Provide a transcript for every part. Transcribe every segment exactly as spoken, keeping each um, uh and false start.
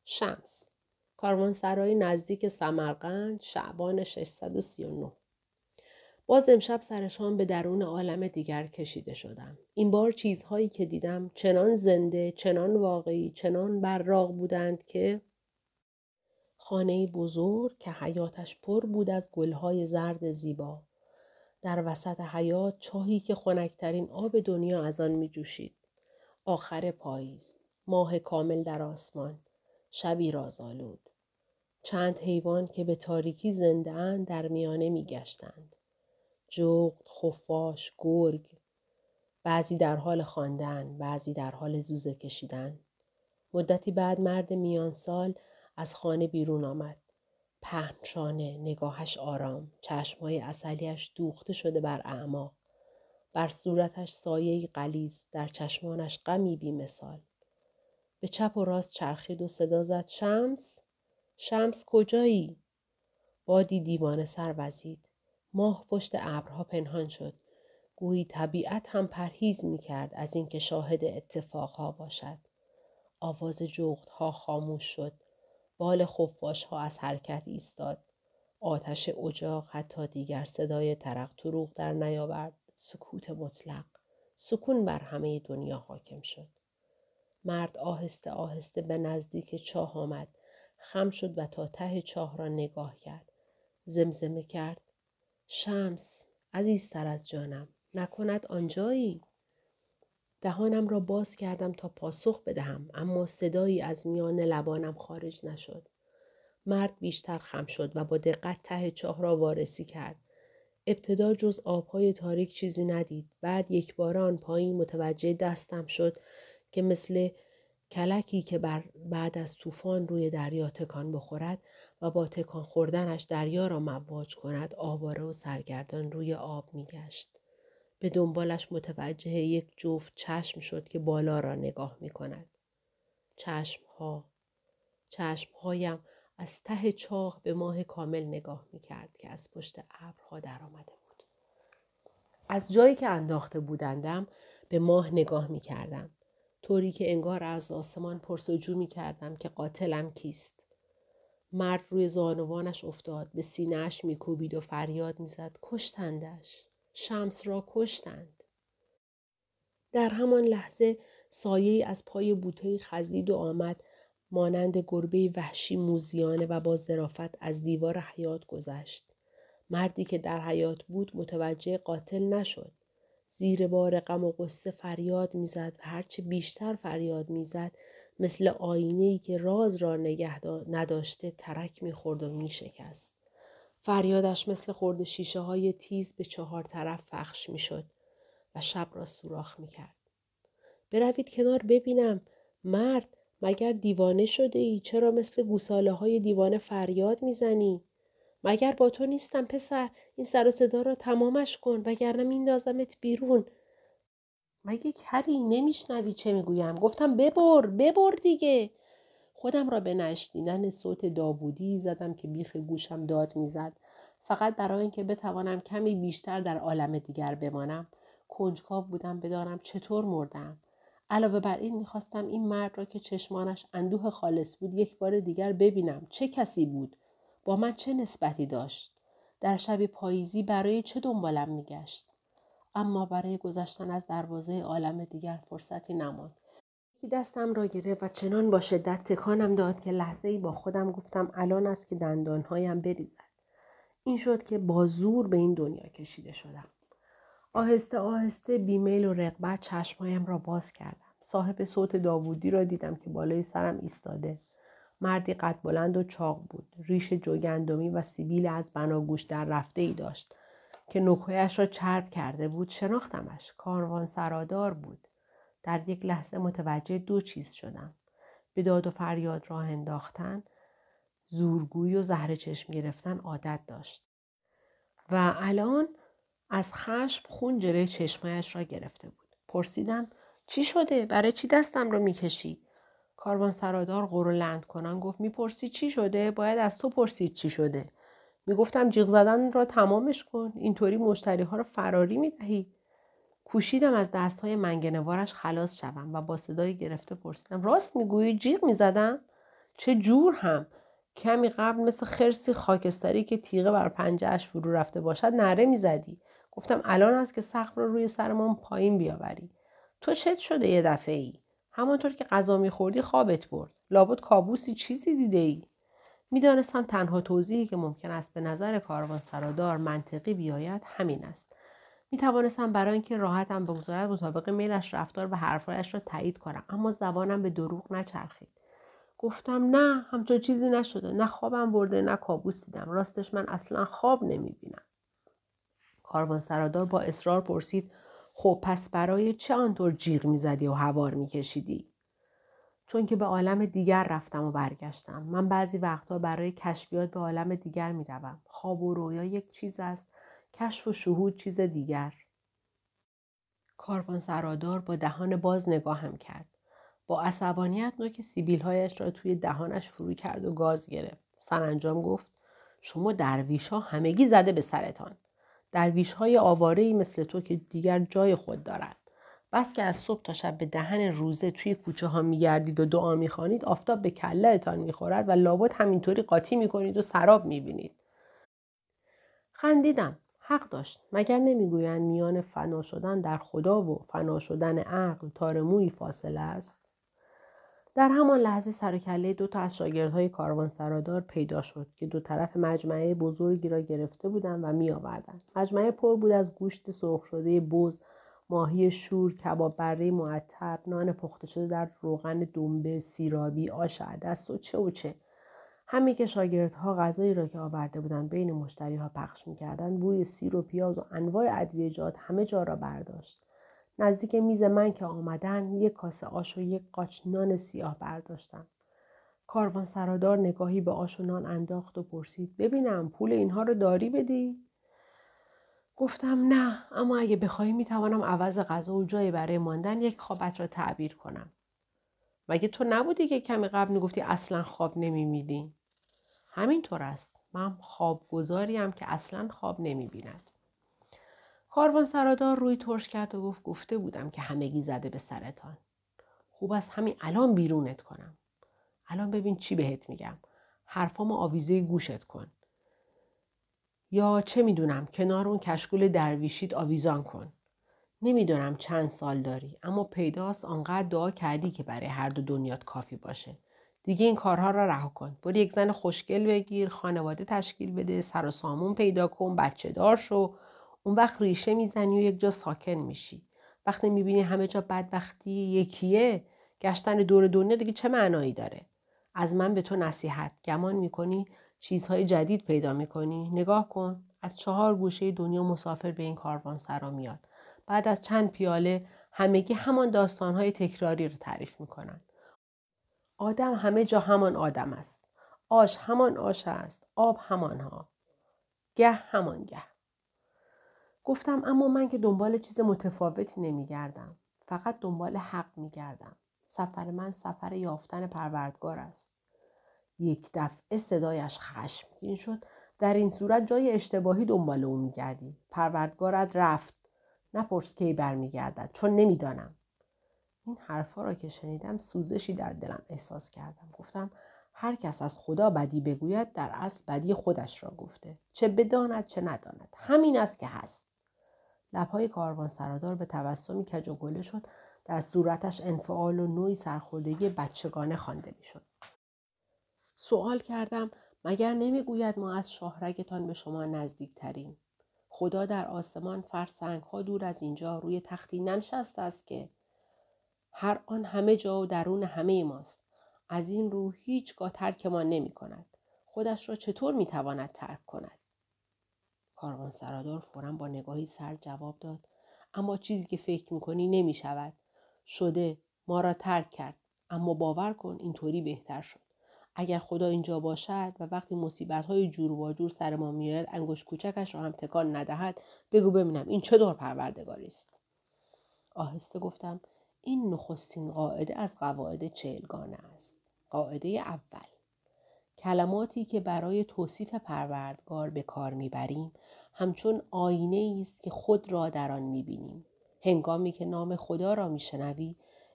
شمس، کاروانسرای نزدیک سمرقند، شعبان ششصد و سی و نه. باز امشب سر شام به درون عالم دیگر کشیده شدم. این بار چیزهایی که دیدم چنان زنده، چنان واقعی، چنان براق بودند که خانه‌ای بزرگ که حیاتش پر بود از گلهای زرد زیبا. در وسط حیات چاهی که خنک‌ترین آب دنیا از آن می جوشید. آخر پاییز، ماه کامل در آسمان، شبی رازآلود. چند حیوان که به تاریکی زنده اند در میانه می گشتند. جغد، خفاش، گرگ، بعضی در حال خواندن، بعضی در حال زوزه کشیدن. مدتی بعد مرد میان سال از خانه بیرون آمد. پهنشانه، نگاهش آرام، چشمهای عسلیش دوخته شده بر اعماق. بر صورتش سایه‌ای غلیظ، در چشمانش غمی بی مثال. به چپ و راست چرخید و صدا زد: شمس؟ شمس کجایی؟ بادی دیوانه سر وزید. ماه پشت ابرها پنهان شد. گویی طبیعت هم پرهیز می کرد از اینکه شاهد اتفاقها باشد. آواز جغدها خاموش شد. بال خفاشها از حرکت ایستاد. آتش اجاق حتی دیگر صدای ترق تروق در نیاورد. سکوت مطلق. سکون بر همه دنیا حاکم شد. مرد آهسته آهسته به نزدیک چاه آمد. خم شد و تا ته چاه را نگاه کرد. زمزمه کرد: شمس، عزیزتر از جانم، نکند آنجایی؟ دهانم را باز کردم تا پاسخ بدهم، اما صدایی از میان لبانم خارج نشد. مرد بیشتر خم شد و با دقت ته چاه را وارسی کرد. ابتدا جز آبهای تاریک چیزی ندید. بعد یک بار آن پایین متوجه دستم شد که مثل کلکی که بر بعد از طوفان روی دریا تکان بخورد و با تکان خوردنش دریا را مواج کند، آواره و سرگردان روی آب میگشت. به دنبالش متوجه یک جفت چشم شد که بالا را نگاه می کند. چشمها، چشمهایم از ته چاه به ماه کامل نگاه می کرد که از پشت ابرها در آمده بود. از جایی که انداخته بودندم به ماه نگاه می کردم. طوری که انگار از آسمان پرسجو می کردم که قاتلم کیست. مرد روی زانوانش افتاد، به سینه‌اش می کوبید و فریاد می زد: کشتندش، شمس را کشتند. در همان لحظه سایه‌ای از پای بوته‌ای خزید و آمد، مانند گربه وحشی موذیانه و با ظرافت از دیوار حیاط گذشت. مردی که در حیاط بود متوجه قاتل نشد. زیر بار غم و غصه فریاد میزد و هرچه بیشتر فریاد میزد مثل آینه‌ای که راز را نگه نداشته ترک میخورد و میشکست. فریادش مثل خرد شیشه های تیز به چهار طرف پخش میشد و شب را سوراخ میکرد. بروید کنار ببینم. مرد، مگر دیوانه شده ای؟ چرا مثل گوساله های دیوانه فریاد میزنی؟ مگر با تو نیستم پسر؟ این سر و صدا را تمامش کن وگرنه میندازمت بیرون. مگه کری نمیشنوی چه میگویم؟ گفتم ببر ببر دیگه. خودم را به نشنیدن صوت داوودی زدم که بیخ گوشم داد میزد. فقط برای اینکه بتوانم کمی بیشتر در عالم دیگر بمانم. کنجکاو بودم بدانم چطور مردم. علاوه بر این میخواستم این مرد را که چشمانش اندوه خالص بود یک بار دیگر ببینم. چه کسی بود؟ با من چه نسبتی داشت؟ در شب پاییزی برای چه دنبالم میگشت؟ اما برای گذشتن از دروازه عالم دیگر فرصتی نماند. یکی دستم را گرفت و چنان با شدت تکانم داد که لحظه‌ای با خودم گفتم الان است که دندانهایم بریزد. این شد که با زور به این دنیا کشیده شدم. آهسته آهسته بیمیل و رغبت چشمهایم را باز کردم. صاحب صوت داوودی را دیدم که بالای سرم ایستاده. مردی قد بلند و چاق بود. ریش جوگندمی و سیبیل از بناگوش در رفته ای داشت که نوک‌هایش را چرب کرده بود. شناختمش. کاروان سرادار بود. در یک لحظه متوجه دو چیز شدم. به داد و فریاد راه انداختن، زورگویی و زهر چشم گرفتن عادت داشت. و الان از خشم خون جلوی چشمایش را گرفته بود. پرسیدم چی شده؟ برای چی دستم را میکشی؟ کاروان سرادار غرولند کنان گفت میپرسی چی شده؟ باید از تو پرسید چی شده. میگفتم جیغ زدن را تمامش کن. اینطوری مشتری ها را فراری میدهی. کوشیدم از دستهای منگنه‌وارش خلاص شوم و با صدای گرفته پرسیدم راست میگویی جیغ میزدم؟ چه جور هم؟ کمی قبل مثل خرسی خاکستری که تیغه بر پنجه‌اش فرو رفته باشد نعره میزدی. گفتم الان است که سقف رو روی سرمان پایین بیاوری. تو چت شده یه دفعه ای؟ همانطور که غذا میخوردی خوابت برد. لابد کابوسی چیزی دیده ای؟ میدانستم تنها توضیحی که ممکن است به نظر کاروانسرادار منطقی بیاید همین است. میتوانستم برای اینکه راحتم بگذارد مطابق میلش رفتار و حرفایش را تایید کنم، اما زبانم به دروغ نچرخید. گفتم نه، همچون چیزی نشده. نه خوابم برده نه کابوس دیدم. راستش من اصلا خواب نمیبینم. کاروانسرادار با اصرار پرسید خب پس برای چه آنطور جیغ میزدی و هوار میکشیدی؟ چون که به عالم دیگر رفتم و برگشتم. من بعضی وقتها برای کشفیات به عالم دیگر میروم. خواب و رویا یک چیز است، کشف و شهود چیز دیگر. کاروانسرادار با دهان باز نگاهم کرد. با عصبانیت نوک سیبیل‌هایش را توی دهانش فرو کرد و گاز گرفت. سرانجام گفت شما درویش‌ها همگی زده به سرتان. درویش‌های آواره‌ای مثل تو که دیگر جای خود دارد. بس که از صبح تا شب به دهن روزه توی کوچه ها میگردید و دعا میخوانید، آفتاب به کله‌تان میخورد و لابد همینطوری قاطی میکنید و سراب میبینید. خندیدم. حق داشت. مگر نمیگویند میان فنا شدن در خدا و فنا شدن عقل تار مویی فاصله است؟ در همان لحظه سر و کله دو تا از شاگردهای کاروانسرادار پیدا شد که دو طرف مجمعه بزرگی را گرفته بودند و می آوردند. مجمعه پر بود از گوشت سرخ شده بز، ماهی شور، کباب بره معطر، نان پخته شده در روغن دنبه، سیرابی، آش عدس و چه و چه. همین که شاگردها غذایی را که آورده بودند بین مشتریها پخش می‌کردند، بوی سیر و پیاز و انواع ادویه‌جات همه جا را برداشت. نزدیک میز من که آمدند، یک کاسه آش و یک قاچ نان سیاه برداشتم. کاروانسرادار نگاهی به آش و نان انداخت و پرسید ببینم پول اینها رو داری بدی؟ گفتم نه، اما اگه بخوای میتوانم عوض غذا و جای برای ماندن یک خوابت را تعبیر کنم. مگه تو نبودی که کمی قبل میگفتی اصلا خواب نمیبینی؟ همینطور است. من خوابگزاریم که اصلا خواب نمیبیند. کاروانسرادار روی ترش کرد و گفت گفته بودم که همگی زده به سرتان. خوب است همین الان بیرونت کنم. الان ببین چی بهت میگم. حرفامو آویزه گوشت کن. یا چه میدونم کنار اون کشکول درویشیت آویزان کن. نمیدونم چند سال داری، اما پیداست آنقدر دعا کردی که برای هر دو دنیات کافی باشه. دیگه این کارها را رها کن. برو یک زن خوشگل بگیر، خانواده تشکیل بده، سر و سامون پیدا کن، بچه دار شو. اون وقت ریشه میزنی و یک جا ساکن میشی. وقتی میبینی همه جا بدبختی یکیه، گشتن دور دنیا دیگه چه معنایی داره؟ از من به تو نصیحت. گمان میکنی چیزهای جدید پیدا میکنی؟ نگاه کن. از چهار گوشه دنیا مسافر به این کاروانسرا میاد. بعد از چند پیاله همگی همان داستانهای تکراری رو تعریف میکنن. آدم همه جا همان آدم است. آش همان آش است. آب همان ها. گه همان گه. گفتم اما من که دنبال چیز متفاوتی نمیگردم. فقط دنبال حق میگردم. سفر من سفر یافتن پروردگار است. یک دفعه صدایش خشمگین شد. در این صورت جای اشتباهی دنبال او میگردی. پروردگارت رفت. نپرس کی برمیگردد، چون نمیدانم. این حرفا را که شنیدم سوزشی در دلم احساس کردم. گفتم هر کس از خدا بدی بگوید در اصل بدی خودش را گفته. چه بداند چه نداند. همین است که هست. لبهای کاروانسرادار به تبسمی کج و گله شد. در صورتش انفعال و نوعی سرخوردگی بچگانه خوانده میشد. سوال کردم مگر نمیگوید ما از شاهرگتان به شما نزدیک تریم؟ خدا در آسمان فرسنگ ها دور از اینجا روی تختی ننشسته است که هر آن همه جا و درون همه ماست. از این رو هیچگاه ترک ما نمی کند. خودش را چطور می تواند ترک کند؟ کاروانسرادار فوراً با نگاهی سرد جواب داد اما چیزی که فکر می کنی نمی شود. شده، ما را ترک کرد. اما باور کن اینطوری بهتر شد. اگر خدا اینجا باشد و وقتی مصیبت‌های جور و جور سر ما میآید انگشت کوچکش را هم تکان ندهد، بگو ببینم این چه دور پروردگاری است؟ آهسته گفتم این نخستین قاعده از قواعد چهلگانه است. قاعده اول: کلماتی که برای توصیف پروردگار به کار میبریم همچون آینه است که خود را در آن میبینیم. هنگامی که نام خدا را میشنوی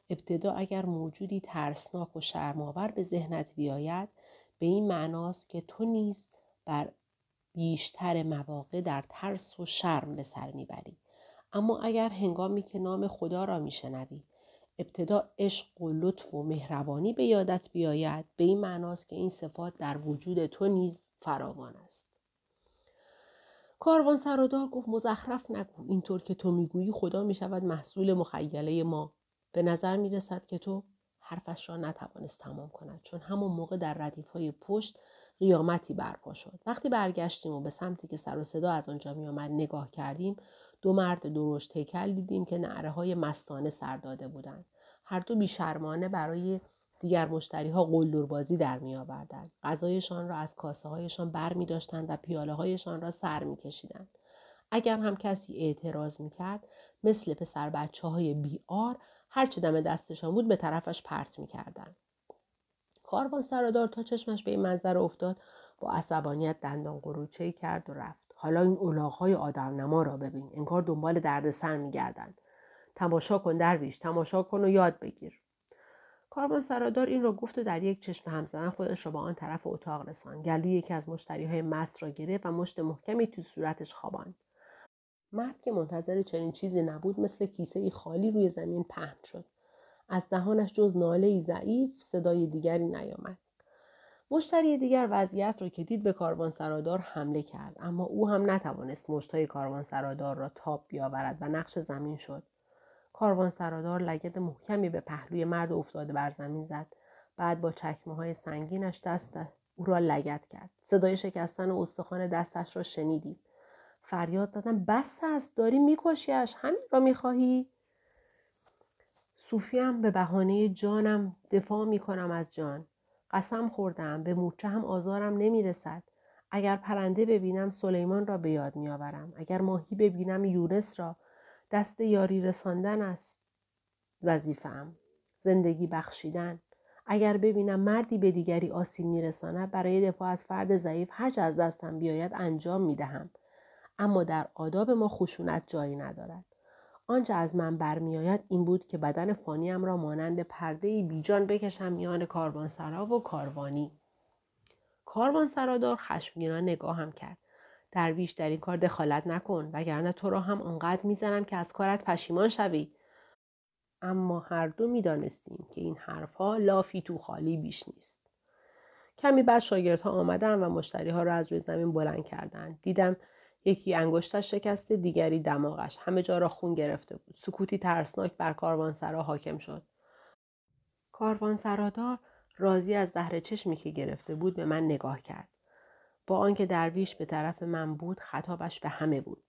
ابتدا اگر موجودی ترسناک و شرم‌آور به ذهنت بیاید، به این معناست که تو نیز بر بیشتر مواقع در ترس و شرم به سر میبری. اما اگر هنگامی که نام خدا را میشنوی ابتدا عشق و لطف و مهربانی به یادت بیاید، به این معناست که این صفات در وجود تو نیز فراوان است. کاروان سرادار گفت مزخرف نگو. اینطور که تو میگویی خدا میشود محصول مخیله ما. به نظر میرسد که تو حرفش را نتوانست تمام کند، چون همون موقع در ردیف‌های پشت قیامتی برپا شد. وقتی برگشتیم و به سمتی که سر و صدا از آنجا می آمد نگاه کردیم، دو مرد درشت هیکل دیدیم که نعره‌های مستانه سر داده بودند. هر دو بی‌شرمانه برای دیگر مشتری‌ها قلدربازی در می‌آوردند. غذایشان را از کاسه‌هایشان برمی‌داشتند و پیاله‌هایشان را سر می‌کشیدند. اگر هم کسی اعتراض می‌کرد، مثل پسر بچه‌های بی‌عار هر چه دم دستشان بود به طرفش پرت می‌کردند. کاروان سرادار تا چشمش به این منظره افتاد با عصبانیت دندان قروچه‌ای کرد و رفت. حالا این الاغ‌های آدم‌نما را ببین، انگار دنبال دردسر می‌گردند. تماشا کن درویش، تماشا کن و یاد بگیر. کاروان سرادار این را گفت و در یک چشم هم زدن خودش را به آن طرف اتاق رساند. گلوی یکی از مشتری‌های مست را گرفت و مشت محکمی تو صورتش خواباند. مرد که منتظر چنین چیزی نبود مثل کیسه‌ای خالی روی زمین پهن شد. از دهانش جز ناله‌ای ضعیف صدای دیگری نیامد. مشتری دیگر وضعیت را که دید به کاروان سرادار حمله کرد، اما او هم نتوانست مشت‌های کاروان سرادار را تاب بیاورد و نقش زمین شد. کاروان سرادار لگد محکمی به پهلوی مرد افتاده بر زمین زد. بعد با چکمه‌های سنگینش دست او را لگد کرد. صدای شکستن استخوان دستش را شنیدیم. فریاد زدن بس است، داری میکشیش، همین را میخواهی؟ صوفیم به بهانه جانم دفاع میکنم از جان. قسم خوردم به مورچه هم آزارم نمیرسد. اگر پرنده ببینم سلیمان را به یاد میآورم. اگر ماهی ببینم یونس را. دست یاری رساندن است وظیفه‌ام. زندگی بخشیدن. اگر ببینم مردی به دیگری آسیب میرساند برای دفاع از فرد ضعیف هر چه از دستم بیاید انجام میدهم. اما در آداب ما خشونت جایی ندارد. آنچه از من برمیآید این بود که بدن فانیم را مانند پرده‌ای بیجان بکشم میان کاروانسرا و کاروانی. کاروانسرادار خشمگینانه نگاهم کرد. درویش در این کار دخالت نکن، وگرنه تو را هم آنقدر میزنم که از کارت پشیمان شوی. اما هر دو میدانستیم که این حرفها لافی تو خالی بیش نیست. کمی بعد شاگردها آمدند و مشتریها را از روی زمین بلند کردند. دیدم یکی انگشتش شکسته، دیگری دماغش. همه جا را خون گرفته بود. سکوتی ترسناک بر کاروانسرا حاکم شد. کاروانسرادار راضی از زهر چشمی که گرفته بود به من نگاه کرد. با آنکه درویش به طرف من بود خطابش به همه بود.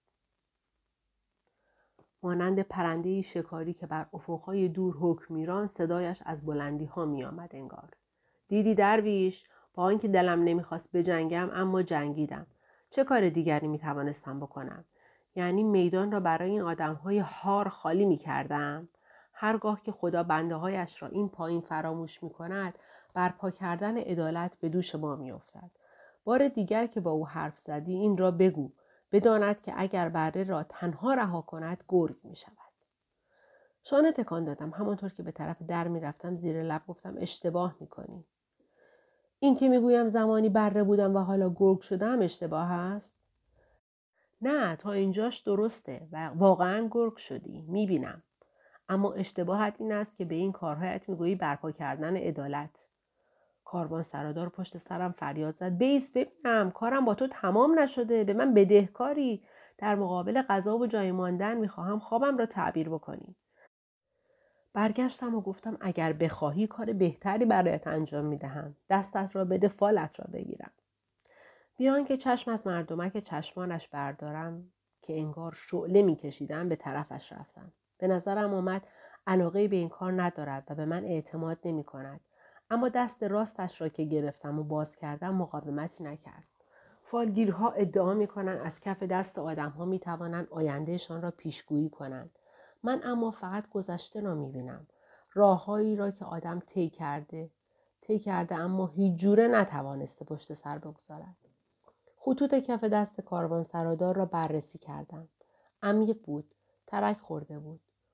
مانند پرنده‌ای شکاری که بر افق‌های دور حکم می‌راند صدایش از بلندی‌ها می‌آمد انگار. دیدی درویش، با آنکه دلم نمی‌خواست بجنگم اما جنگیدم. چه کار دیگری می‌توانستم بکنم؟ یعنی میدان را برای این آدم‌های هار خالی می‌کردم. هرگاه که خدا بنده‌هایش را این پایین فراموش می‌کند، برپا کردن عدالت به دوش ما می‌افتد. بار دیگر که با او حرف زدی این را بگو. بداند که اگر بره را تنها رها کند گرگ می شود. شانه تکان دادم. همانطور که به طرف در می رفتم زیر لب گفتم اشتباه می کنی. این که می گویم زمانی بره بودم و حالا گرگ شدم اشتباه است؟ نه، تا اینجاش درسته و واقعا گرگ شدی. می بینم. اما اشتباهت این است که به این کارهایت می گویی برپا کردن عدالت. کاروان سرادار پشت سرم فریاد زد بیس ببینم، کارم با تو تمام نشده، به من بدهکاری. در مقابل غذا و جای ماندن میخواهم خوابم را تعبیر بکنی. برگشتم و گفتم اگر بخواهی کار بهتری برایت انجام میدهم. دستت را بده فالت را بگیرم. بیان که چشم از مردمک چشمانش بردارم که انگار شعله میکشیدم به طرفش رفتم. به نظرم آمد علاقه به این کار ندارد و به من اعتماد نمی کند. اما دست راستش را که گرفتم و باز کردم مقاومتی نکرد. فالگیرها ادعا می کنند از کف دست آدم ها می توانند آیندهشان را پیشگویی کنند. من اما فقط گذشته را می بینم. راههایی را که آدم طی کرده. طی کرده اما هیچ جوره نتوانسته پشت سر بگذارد. خطوط کف دست کاروان سرادار را بررسی کردم. عمیق بود. ترک خورده بود.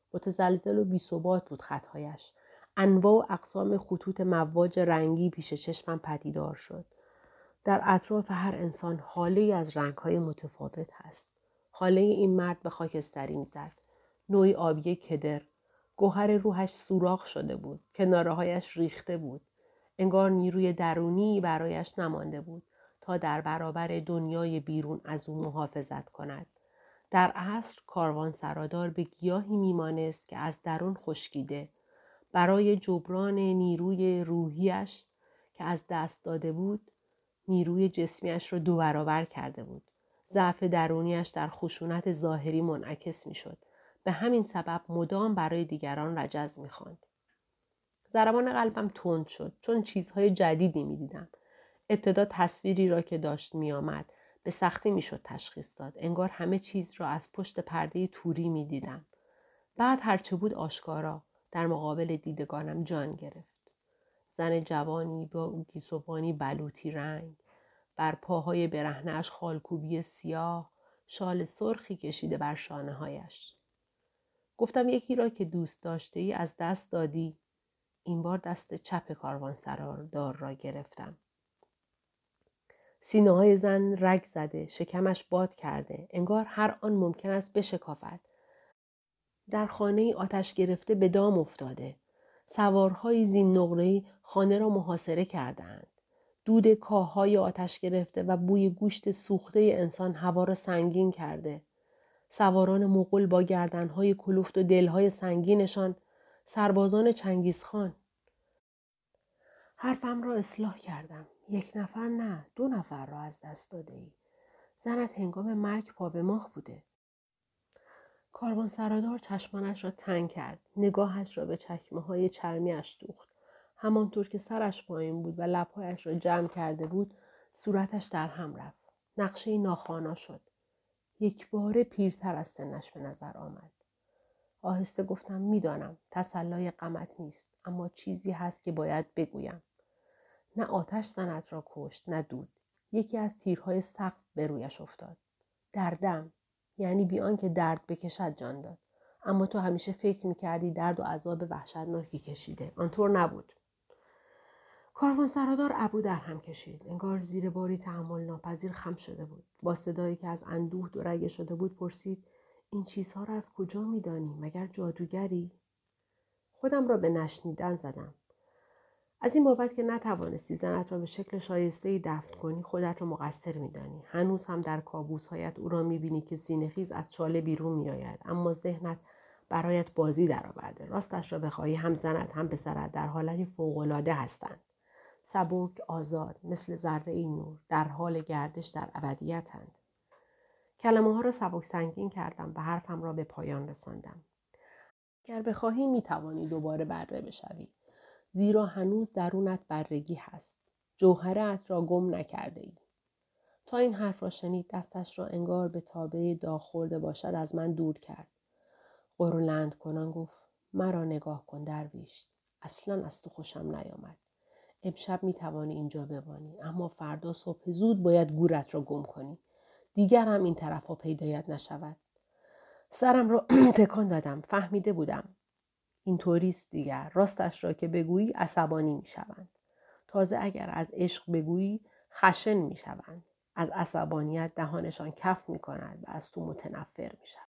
متزلزل و بی‌ثبات بود خطهایش. انواع و اقسام خطوط مواج رنگی پیش چشمم پدیدار شد. در اطراف هر انسان حاله‌ای از رنگ‌های متفاوت هست. حاله این مرد به خاکستری می‌زد. نوعی آبی کدر. گوهر روحش سوراخ شده بود. کناره‌هایش ریخته بود. انگار نیروی درونی برایش نمانده بود تا در برابر دنیای بیرون از او محافظت کند. در عصر کاروان سرادار به گیاهی میمانست که از درون خشکیده. برای جبران نیروی روحیش که از دست داده بود، نیروی جسمیش را دو برابر کرده بود. ضعف درونیش در خشونت ظاهری منعکس می شد. به همین سبب مدام برای دیگران رجز می خواند. ضربان قلبم تند شد چون چیزهای جدیدی می دیدم. ابتدا تصویری را که داشت می آمد به سختی می شد تشخیص داد. انگار همه چیز را از پشت پرده توری می دیدم. بعد هرچه بود آشکارا در مقابل دیدگانم جان گرفت. زن جوانی با گیسوانی بلوطی رنگ، بر پاهای برهنه‌اش خالکوبی سیاه، شال سرخی کشیده بر شانه هایش. گفتم یکی را که دوست داشته ای از دست دادی. این بار دست چپ کاروان سرادار را گرفتم. سینه های زن رگ زده، شکمش باد کرده، انگار هر آن ممکن است بشکافد. در خانه آتش گرفته به دام افتاده. سوارهای زین نقره‌ای خانه را محاصره کردند. دود کاههای آتش گرفته و بوی گوشت سوخته انسان هوا را سنگین کرده. سواران مغول با گردنهای کلفت و دلهای سنگینشان، سربازان چنگیزخان. حرفم را اصلاح کردم. یک نفر نه، دو نفر را از دست داده ای. زنت هنگام مرگ پا به ماه بوده. کاروان سرادار چشمانش را تنگ کرد. نگاهش را به چکمه های چرمیش دوخت. همانطور که سرش پایین بود و لبهایش را جمع کرده بود، صورتش در هم رفت. نقشه ناخوانا شد. یک باره پیرتر از سنش به نظر آمد. آهسته گفتم میدانم تسلای غمت نیست، اما چیزی هست که باید بگویم. نه آتش زنت را کشت، نه دود. یکی از تیرهای سقف به رویش افتاد. دردم، یعنی بی آنکه درد بکشد جان داد. اما تو همیشه فکر میکردی درد و عذاب وحشتناکی کشیده. آنطور نبود. کاروان سرادار ابرو در هم کشید. انگار زیر باری تحمل ناپذیر خم شده بود. با صدایی که از اندوه دورگه شده بود پرسید: این چیزها را از کجا میدانی؟ مگر جادوگری؟ خودم را به نشنیدن زدم. از این بابت که نتوانستی زنت را به شکل شایسته‌ای دفن کنی خودت را مقصر می‌دانی. هنوز هم در کابوس‌هایت او را می‌بینی که سینه‌خیز از چاله بیرون می‌آید، اما ذهنت برایت بازی درآورده. راستش را بخواهی هم زنت هم پسرت در حالتی فوق‌العاده هستند. سبک، آزاد، مثل ذره‌ای نور، در حال گردش در ابدیتند. کلمه‌ها را سبک سنگین کردم و حرفم را به پایان رساندم. اگر بخواهی می‌توانی دوباره بره بشوی. زیرا هنوز درونت بررگی هست. جوهرت را گم نکرده ای. تا این حرف را شنید دستش را انگار به تابه داغ خورده باشد از من دور کرد. غرولند کنان گفت: مرا نگاه کن درویش. اصلا از تو خوشم نیامد. امشب میتوانی اینجا بمانی، اما فردا صبح زود باید گورت را گم کنی. دیگر هم این طرفا پیدایت نشود. سرم را تکان دادم. فهمیده بودم. این طوریست دیگر. راستش را که بگویی عصبانی می شوند. تازه اگر از عشق بگویی خشن می شوند. از عصبانیت دهانشان کف می کند و از تو متنفر می شوند.